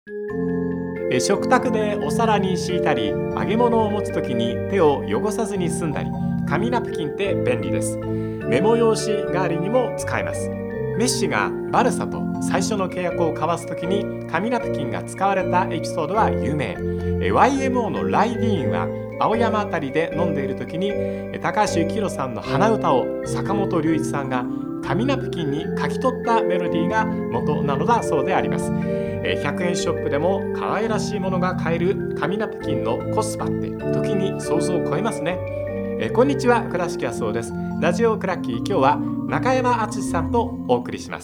食卓でお皿に敷いたり揚げ物を持つときに手を汚さずに済んだり、紙ナプキンって便利です。メモ用紙代わりにも使えます。メッシがバルサと最初の契約を交わすときに紙ナプキンが使われたエピソードは有名。YMO のライディーンは青山あたりで飲んでいるときに高橋幸宏さんの鼻歌を坂本龍一さんが紙ナプキンに書き取ったメロディーが元なのだそうであります。100円ショップでも可愛らしいものが買える紙ナプキンのコスパって時に想像を超えますね。こんにちは、倉敷康夫です。ラジオクラッキー、今日は中山敦さんとお送りします。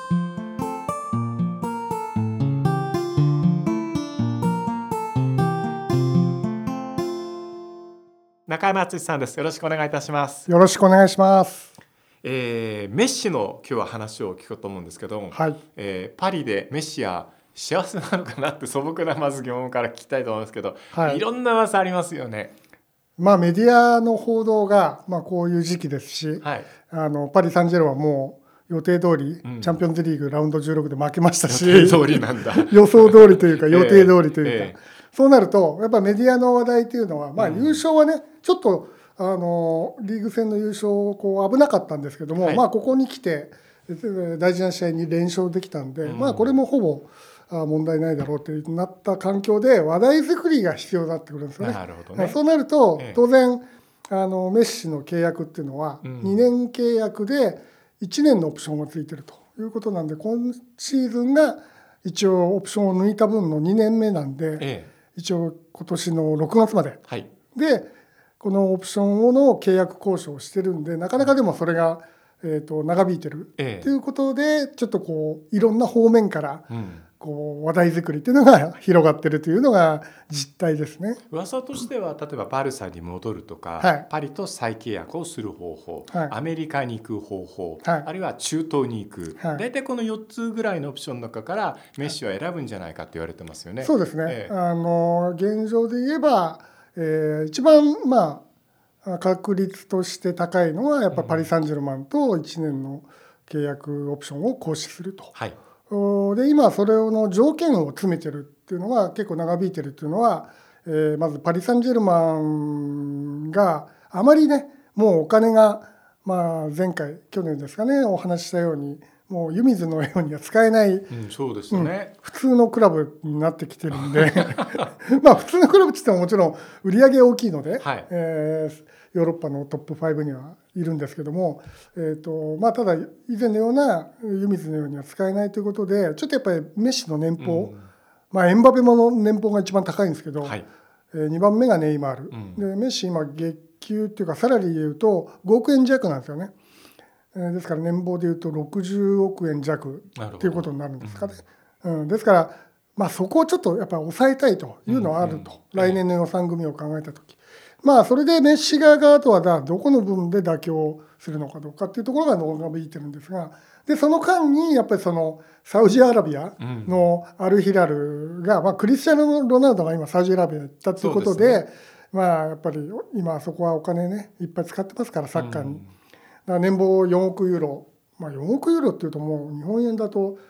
中山敦さんです。よろしくお願いいたします。 よろしくお願いします。 メッシの今日は話を聞こうと思うんですけども、 はい。 パリでメッシは幸せなのかなって素朴なまず疑問から聞きたいと思うんですけど、 はい、 いろんな噂ありますよね。 メディアの報道が、こういう時期ですし、 はい、 パリ・サンジェルマンはもう予定通り、チャンピオンズリーグラウンド16で負けましたし、 予定通りなんだ予想通りというか予定通りというか、そうなるとやっぱメディアの話題というのは、優勝はねちょっとリーグ戦の優勝危なかったんですけども、 はい、 ここに来て大事な試合に連勝できたんで、これもほぼ問題ないだろうとなった環境で話題作りが必要になってくるんですよね。 なるほどね。 そうなると、当然メッシの契約っていうのは2年契約で1年のオプションがついてるということなんで、今シーズンが一応オプションを抜いた分の2年目なんで、一応今年の6月まで、でこのオプションの契約交渉をしてるんで、なかなかでもそれが、長引いてるということで、ちょっといろんな方面から話題作りっていうのが広がってるというのが実態ですね。 噂としては例えばバルサに戻るとか、パリと再契約をする方法、アメリカに行く方法、あるいは中東に行く、大体この4つぐらいのオプションの中からメッシは選ぶんじゃないかって言われてますよね。 そうですね、現状で言えば一番確率として高いのはやっぱパリ・サンジェルマンと1年の契約オプションを行使すると。で今それの条件を詰めてるっていうのが結構長引いてるっていうのは、まずパリ・サンジェルマンがあまりねもうお金が前回去年ですかねお話ししたようにもう湯水のようには使えない、 そうですよね、 普通のクラブになってきてるんで普通のクラブって言ってももちろん売り上げ大きいので、ヨーロッパのトップ5にはいるんですけども、ただ以前のような湯水のようには使えないということで、ちょっとやっぱりメッシの年俸、エンバペも年俸が一番高いんですけど、2番目がネイマール、でメッシ今月給っていうかサラリーでいうと5億円弱なんですよね。ですから年俸でいうと60億円弱っていうことになるんですかね。ですからそこをちょっとやっぱり抑えたいというのはあると、来年の予算組を考えたとき、それでメッシ側があとはどこの部分で妥協するのかどうかっていうところが長引いてるんですが、でその間にやっぱりそのサウジアラビアのアルヒラルが、クリスチャン・ロナウドが今サウジアラビアに行ったということで、やっぱり今そこはお金ねいっぱい使ってますからサッカーに。だから年俸4億ユーロ、4億ユーロっていうともう日本円だと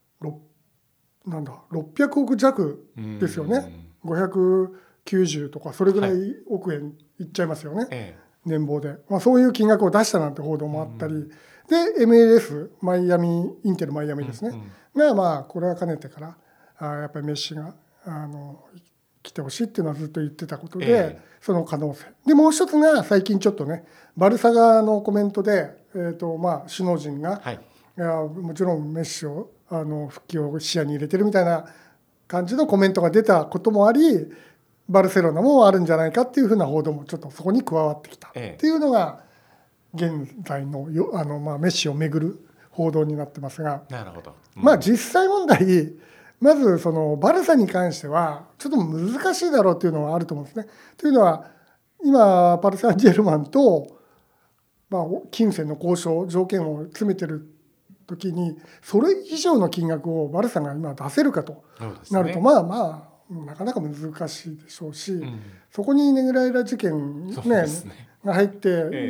600億弱ですよね。590とかそれぐらい億円いっちゃいますよね、年俸で。そういう金額を出したなんて報道もあったり、で MLS インテルマイアミですね、がこれはかねてからやっぱりメッシが来てほしいっていうのはずっと言ってたことで、その可能性でもう一つが最近ちょっとねバルサ側のコメントで、首脳陣が、もちろんメッシを復帰を視野に入れてるみたいな感じのコメントが出たこともあり、バルセロナもあるんじゃないかっていうふうな報道もちょっとそこに加わってきたっていうのが現在のメッシをめぐる報道になってますが、 なるほど、 実際問題まずそのバルサに関してはちょっと難しいだろうっていうのはあると思うんですね。というのは今パリ・サンジェルマンと金銭の交渉条件を詰めてる時にそれ以上の金額をバルサが今出せるかとなると、なかなか難しいでしょうし、そこにネグライラ事件、が入って、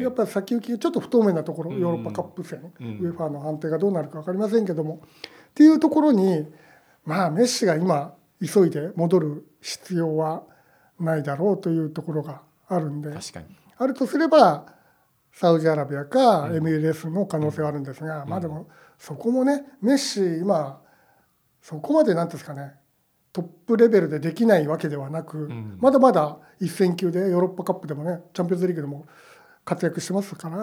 やっぱり先行きがちょっと不透明なところ、ヨーロッパカップ戦、ウェファーの判定がどうなるか分かりませんけどもっていうところにまあメッシが今急いで戻る必要はないだろうというところがあるんで、 確かにあるとすればサウジアラビアか MLS の可能性はあるんですが、まあでもそこもね、メッシ今そこまでなんですかね、トップレベルでできないわけではなく、まだまだ一線級でヨーロッパカップでもね、チャンピオンズリーグでも活躍してますから、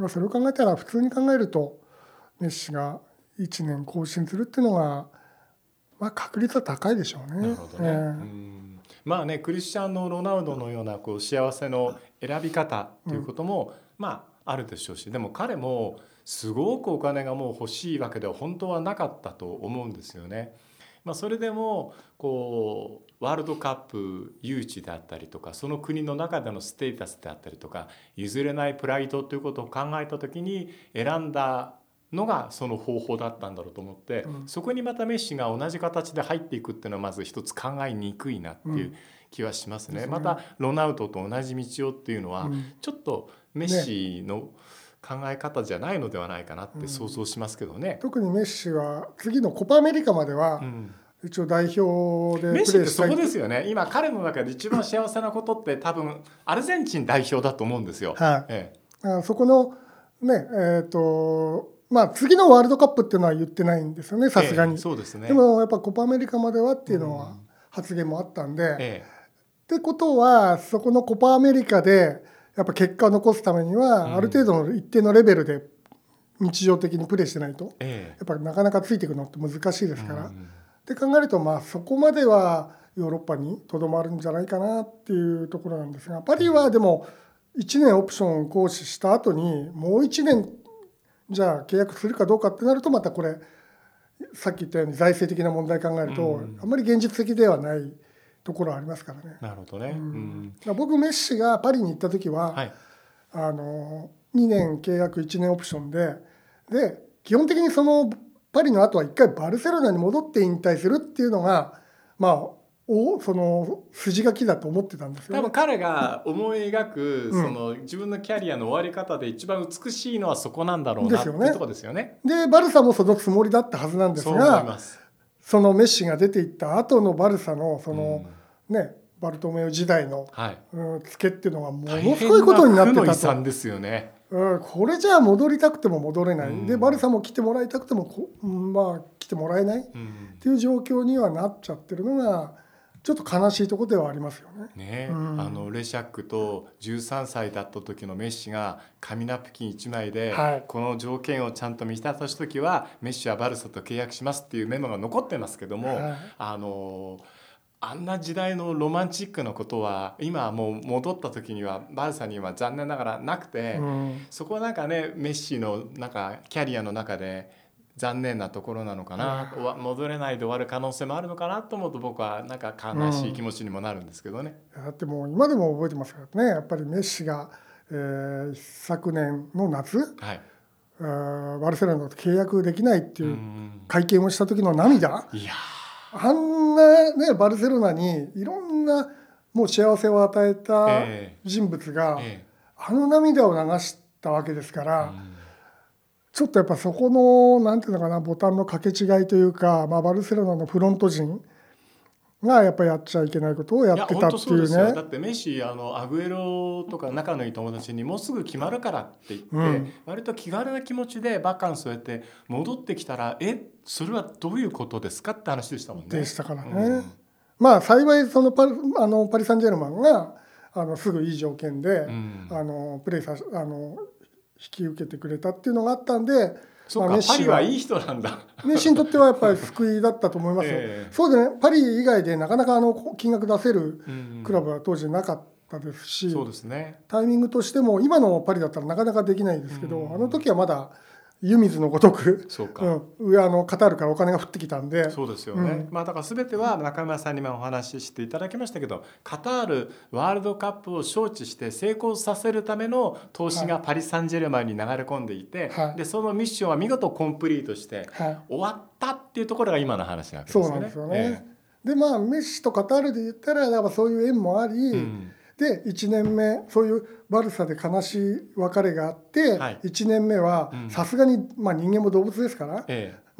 それを考えたら普通に考えるとメッシが1年更新するっていうのが、まあ、確率は高いでしょうね。 なるほどね。まあね、クリスチャンノ・ロナウドのようなこう幸せの選び方ということも、まああるでしょうし、でも彼もすごくお金がもう欲しいわけでは本当はなかったと思うんですよね。まあ、それでもこうワールドカップ誘致であったりとか、その国の中でのステータスであったりとか、譲れないプライドということを考えた時に選んだのがその方法だったんだろうと思って、そこにまたメッシが同じ形で入っていくっていうのはまず一つ考えにくいなっていう気はしますね。またロナウドと同じ道をっていうのはちょっとメッシの考え方じゃないのではないかなって想像しますけどね。 特にメッシは次のコパアメリカまでは一応代表でプレーしたい。 メッシってそこですよね。今彼の中で一番幸せなことって多分アルゼンチン代表だと思うんですよ。 そこのね、まあ次のワールドカップっていうのは言ってないんですよね、さすがに。 そうですね。 でもやっぱコパアメリカまではっていうのは発言もあったんで、ってことはそこのコパアメリカでやっぱ結果を残すためには、ある程度の一定のレベルで日常的にプレーしてないと、やっぱりなかなかついていくのって難しいですから、って考えると、まあそこまではヨーロッパにとどまるんじゃないかなっていうところなんですが、パリはでも1年オプション行使した後にもう1年じゃあ契約するかどうかってなると、またこれさっき言ったように財政的な問題考えると、あんまり現実的ではないところありますからね。 なるほどね。 僕メッシがパリに行った時は、2年契約1年オプションで基本的にそのパリの後は1回バルセロナに戻って引退するっていうのが、まあその筋書きだと思ってたんですよね。 多分彼が思い描くその自分のキャリアの終わり方で一番美しいのはそこなんだろうなっていうところですよね。 でバルサもそのつもりだったはずなんですが、そのメッシが出ていった後のバルサのそのね、バルトメオ時代のツケっていうのがものすごいことになってたと。 大変な負の遺産ですよね。 これじゃあ戻りたくても戻れない、でバルサも来てもらいたくてもまあ来てもらえないっていう状況にはなっちゃってるのがちょっと悲しいところではありますよね。 レシャックと13歳だった時のメッシが紙ナプキン1枚で、この条件をちゃんと満たした時はメッシはバルサと契約しますっていうメモが残ってますけども、あんな時代のロマンチックなことは今はもう戻った時にはバルサには残念ながらなくて、そこはなんかねメッシのなんかキャリアの中で残念なところなのかな、戻れないで終わる可能性もあるのかなと思うと、僕はなんか悲しい気持ちにもなるんですけどね。 だってもう今でも覚えてますからね、やっぱりメッシが、昨年の夏、バルセロナと契約できないっていう会見をした時の涙、あんなねバルセロナにいろんなもう幸せを与えた人物が、あの涙を流したわけですから、ちょっとやっぱそこのなんていうのかな、ボタンの掛け違いというか、バルセロナのフロント陣がやっぱりやっちゃいけないことをやってたっていうね。 だってメッシアグエロとか仲のいい友達にもうすぐ決まるからって言って、割と気軽な気持ちでバカンスをやって戻ってきたら、それはどういうことですかって話でしたもんね。 でしたからね。まあ幸いそのパリ・サンジェルマンがすぐいい条件で、プレー引き受けてくれたっていうのがあったんで、 パリはいい人なんだ。 メッシにとってはやっぱり救いだったと思いますよ。そうでね、パリ以外でなかなか金額出せるクラブは当時なかったですし、 そうですね、 タイミングとしても今のパリだったらなかなかできないですけど、あの時はまだ湯水のごとく、上カタールからお金が降ってきたんで。 そうですよね。だから全ては中村さんにもお話ししていただきましたけど、カタールワールドカップを招致して成功させるための投資がパリ・サンジェルマンに流れ込んでいて、でそのミッションは見事コンプリートして終わったっていうところが今の話なわけですよね。 そうなんですよね。でメッシとカタールで言ったらやっぱそういう縁もあり、で1年目そういうバルサで悲しい別れがあって、1年目はさすがに人間も動物ですから、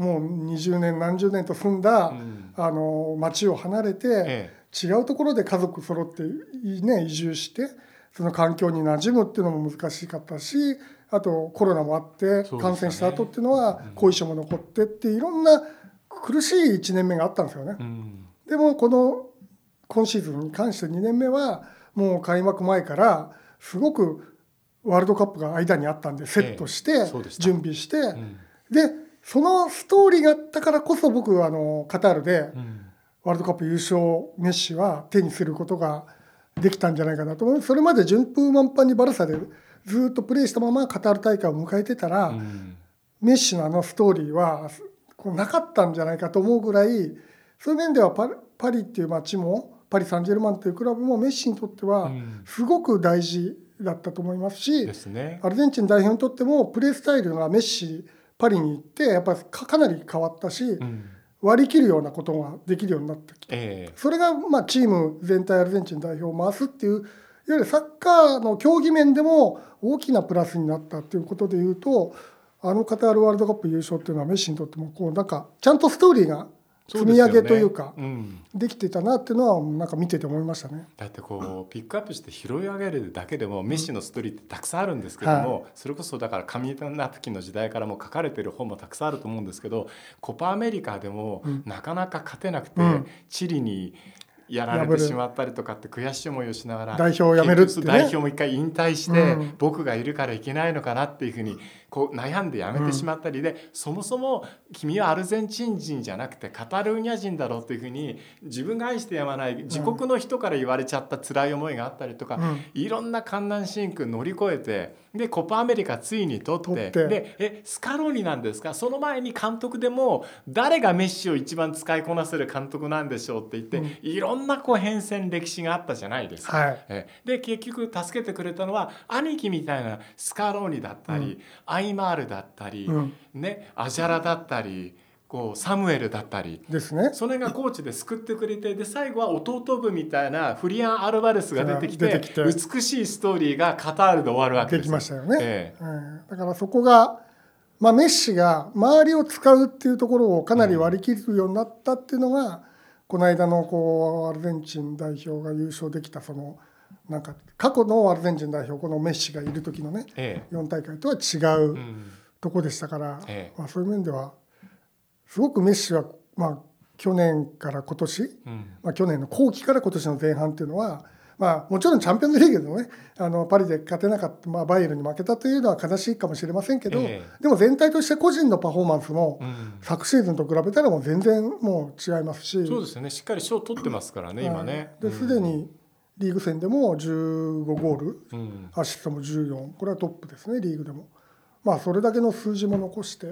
もう20年何十年と住んだ、町を離れて、違うところで家族揃って、ね、移住してその環境に馴染むっていうのも難しかったし、あとコロナもあって感染した後っていうのは後遺症も残ってっていろんな苦しい1年目があったんですよね。でも今シーズンに関して2年目はもう開幕前からすごくワールドカップが間にあったんでセットして準備して、でそのストーリーがあったからこそ僕カタールでワールドカップ優勝メッシは手にすることができたんじゃないかなと思う。それまで順風満帆にバルサでずっとプレーしたままカタール大会を迎えてたら、メッシのストーリーはなかったんじゃないかと思うぐらい、そういう面ではパリっていう街もパリ・サンジェルマンというクラブもメッシにとってはすごく大事だったと思いますし、アルゼンチン代表にとってもプレースタイルがメッシパリに行ってやっぱりかなり変わったし、割り切るようなことができるようになってきて、それがチーム全体アルゼンチン代表を回すっていう、いわゆるサッカーの競技面でも大きなプラスになったっていうことでいうと、カタールワールドカップ優勝っていうのはメッシにとってもなんかちゃんとストーリーが積み上げというかできてたなっていうのはなんか見てて思いましたね。 だってピックアップして拾い上げるだけでもメッシのストーリーってたくさんあるんですけども、それこそだから紙ナプキンの時代からも書かれてる本もたくさんあると思うんですけど、コパアメリカでもなかなか勝てなくて、チリにやられてしまったりとかって悔しい思いをしながら代表を辞めるってね、 代表も一回引退して、僕がいるからいけないのかなっていうふうに悩んで辞めてしまったりで、そもそも君はアルゼンチン人じゃなくてカタルーニャ人だろうっていうふうに自分が愛してやまない自国の人から言われちゃった辛い思いがあったりとか、いろんな艱難辛苦乗り越えて、でコパアメリカついに取ってでスカローニなんですか、その前に監督でも誰がメッシを一番使いこなせる監督なんでしょうって言って、いろんな変遷歴史があったじゃないですか。で結局助けてくれたのは兄貴みたいなスカローニだったり、アイマールだったり、アジャラだったりサムエルだったりですね、 それがコーチで救ってくれて、で最後は弟分みたいなフリアン・アルバレスが出てきて美しいストーリーがカタールで終わるわけです。 できましたよね。だからそこが、メッシが周りを使うっていうところをかなり割り切るようになったっていうのが、この間のアルゼンチン代表が優勝できたなんか過去のアルゼンチン代表、このメッシがいる時のね、4大会とは違うとこでしたから、そういう面ではすごくメッシは、去年から今年、去年の後期から今年の前半っていうのは、もちろんチャンピオンズリーグでもね、パリで勝てなかった、バイエルンに負けたというのは悲しいかもしれませんけど、でも全体として個人のパフォーマンスも、昨シーズンと比べたらもう全然もう違いますし、 そうですよね、しっかり賞取ってますからね、今ね。 ですでにリーグ戦でも15ゴール、アシストも14、これはトップですね、リーグでも。それだけの数字も残して、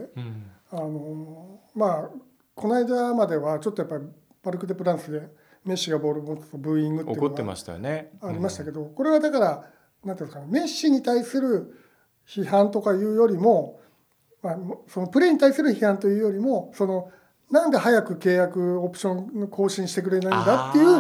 この間まではちょっとやっぱりパルク・デ・プランスでメッシがボールを持つとブーイングっていうのが怒ってましたよね。 ありましたけど、これはだからなんていうんですかね、メッシに対する批判とかいうよりも、そのプレーに対する批判というよりも、なんで早く契約オプション更新してくれないんだっていう、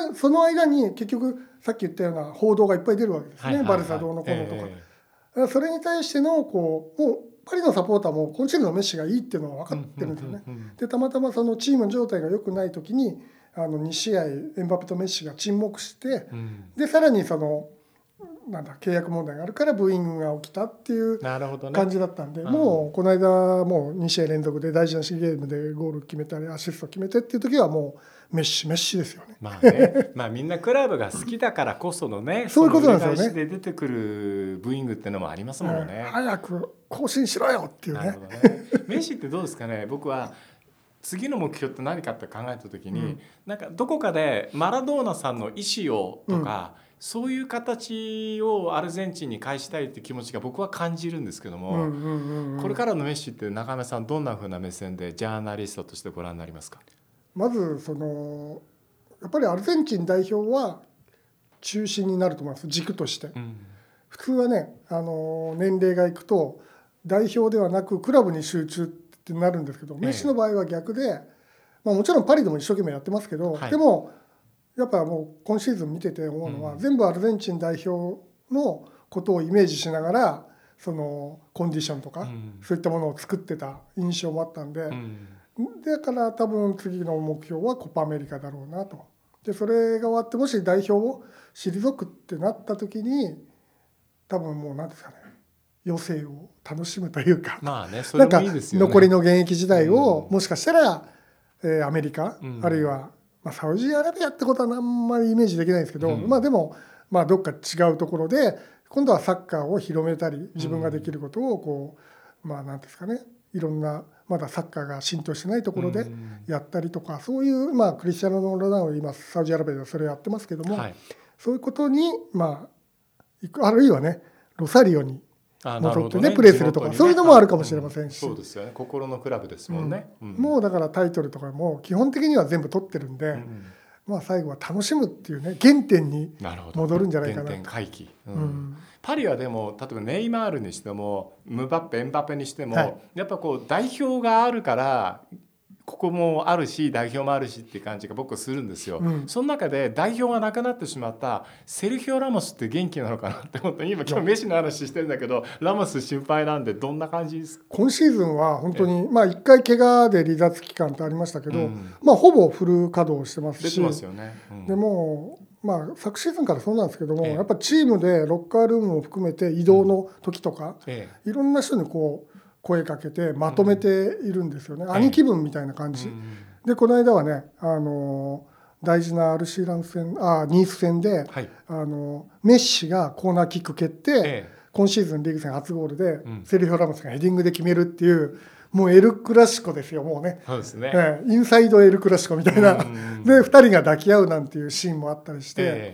その間に結局さっき言ったような報道がいっぱい出るわけですね、バルサどうのこうのとか、それに対してのもうパリのサポーターも今シーズンのメッシがいいっていうのは分かってるんですよね。でたまたまそのチーム状態が良くない時に2試合エムバペとメッシが沈黙して、でさらに契約問題があるからブーイングが起きたっていう感じだったんで、もうこの間もう2試合連続で大事なゲームでゴール決めたりアシスト決めてっていう時はもうメッシですよね。 みんなクラブが好きだからこそのね、 そういうことなんですよね。 その裏返しで出てくるブーイングっていうのもありますもんね。 早く更新しろよっていうね。 メッシってどうですかね。僕は次の目標って何かって考えた時に、なんかどこかでマラドーナさんの意思をとか、そういう形をアルゼンチンに返したいって気持ちが僕は感じるんですけども、これからのメッシって中目さんどんな風な目線でジャーナリストとしてご覧になりますか。 まずやっぱりアルゼンチン代表は中心になると思います、軸として。普通はね、年齢がいくと代表ではなくクラブに集中ってなるんですけど、メッシの場合は逆で、もちろんパリでも一生懸命やってますけど、でもやっぱもう今シーズン見てて思うのは、全部アルゼンチン代表のことをイメージしながらそのコンディションとか、そういったものを作ってた印象もあったんで、だから多分次の目標はコパアメリカだろうなと。でそれが終わってもし代表を退くってなった時に多分もう何ですかね、余生を楽しむというか、 まあね、それもいいですよね。 残りの現役時代をもしかしたら、アメリカ、あるいは、サウジアラビアってことはあんまりイメージできないんですけど、でも、どっか違うところで今度はサッカーを広めたり自分ができることをこう、何ですかね、いろんなまだサッカーが浸透してないところでやったりとか、そういう、クリスチャノ・ロナウド今サウジアラビアでそれをやってますけども、そういうことにあるいはねロサリオに戻ってねプレーするとか、そういうのもあるかもしれませんし、 そうですよね、心のクラブですもんね。 もうだからタイトルとかも基本的には全部取ってるんで、最後は楽しむっていうね原点に戻るんじゃないかな。 原点回帰、パリはでも例えばネイマールにしてもムバッペ、エンバペにしても、やっぱこう代表があるからここもあるし代表もあるしっていう感じが僕はするんですよ、その中で代表がなくなってしまったセルヒオ・ラモスって元気なのかなって思って、今メッシの話してるんだけどラモス心配なんで、どんな感じですか？ 今シーズンは本当に1回怪我で離脱期間ってありましたけど、ほぼフル稼働してますし、 出てますよね、 でも昨シーズンからそうなんですけども、やっぱチームでロッカールームを含めて移動の時とか、いろんな人にこう声かけてまとめているんですよね、兄貴分みたいな感じ、でこの間はね、大事なアルシーラン戦ニース戦で、メッシがコーナーキック蹴って、今シーズンリーグ戦初ゴールで、セルヒオ・ラモスがヘディングで決めるっていう、もうエルクラシコですよ、もうね。 そうですね、 インサイドエルクラシコみたいな、で2人が抱き合うなんていうシーンもあったりして、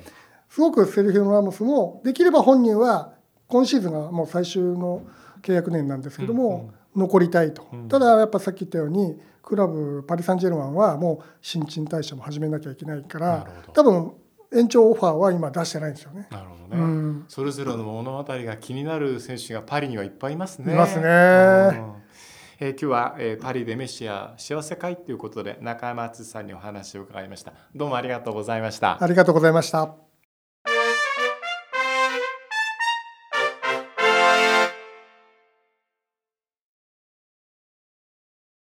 すごくセルヒオ・ラモスもできれば本人は今シーズンがもう最終の契約年なんですけども、残りたいと。ただやっぱさっき言ったようにクラブパリ・サンジェルマンはもう新陳代謝も始めなきゃいけないから、多分延長オファーは今出してないんですよね。 なるほどね、それぞれの物語が気になる選手がパリにはいっぱいいますね。 いますね。 今日は、パリでメッシや幸せ会ということで中山敦さんにお話を伺いました。どうもありがとうございました。 ありがとうございました。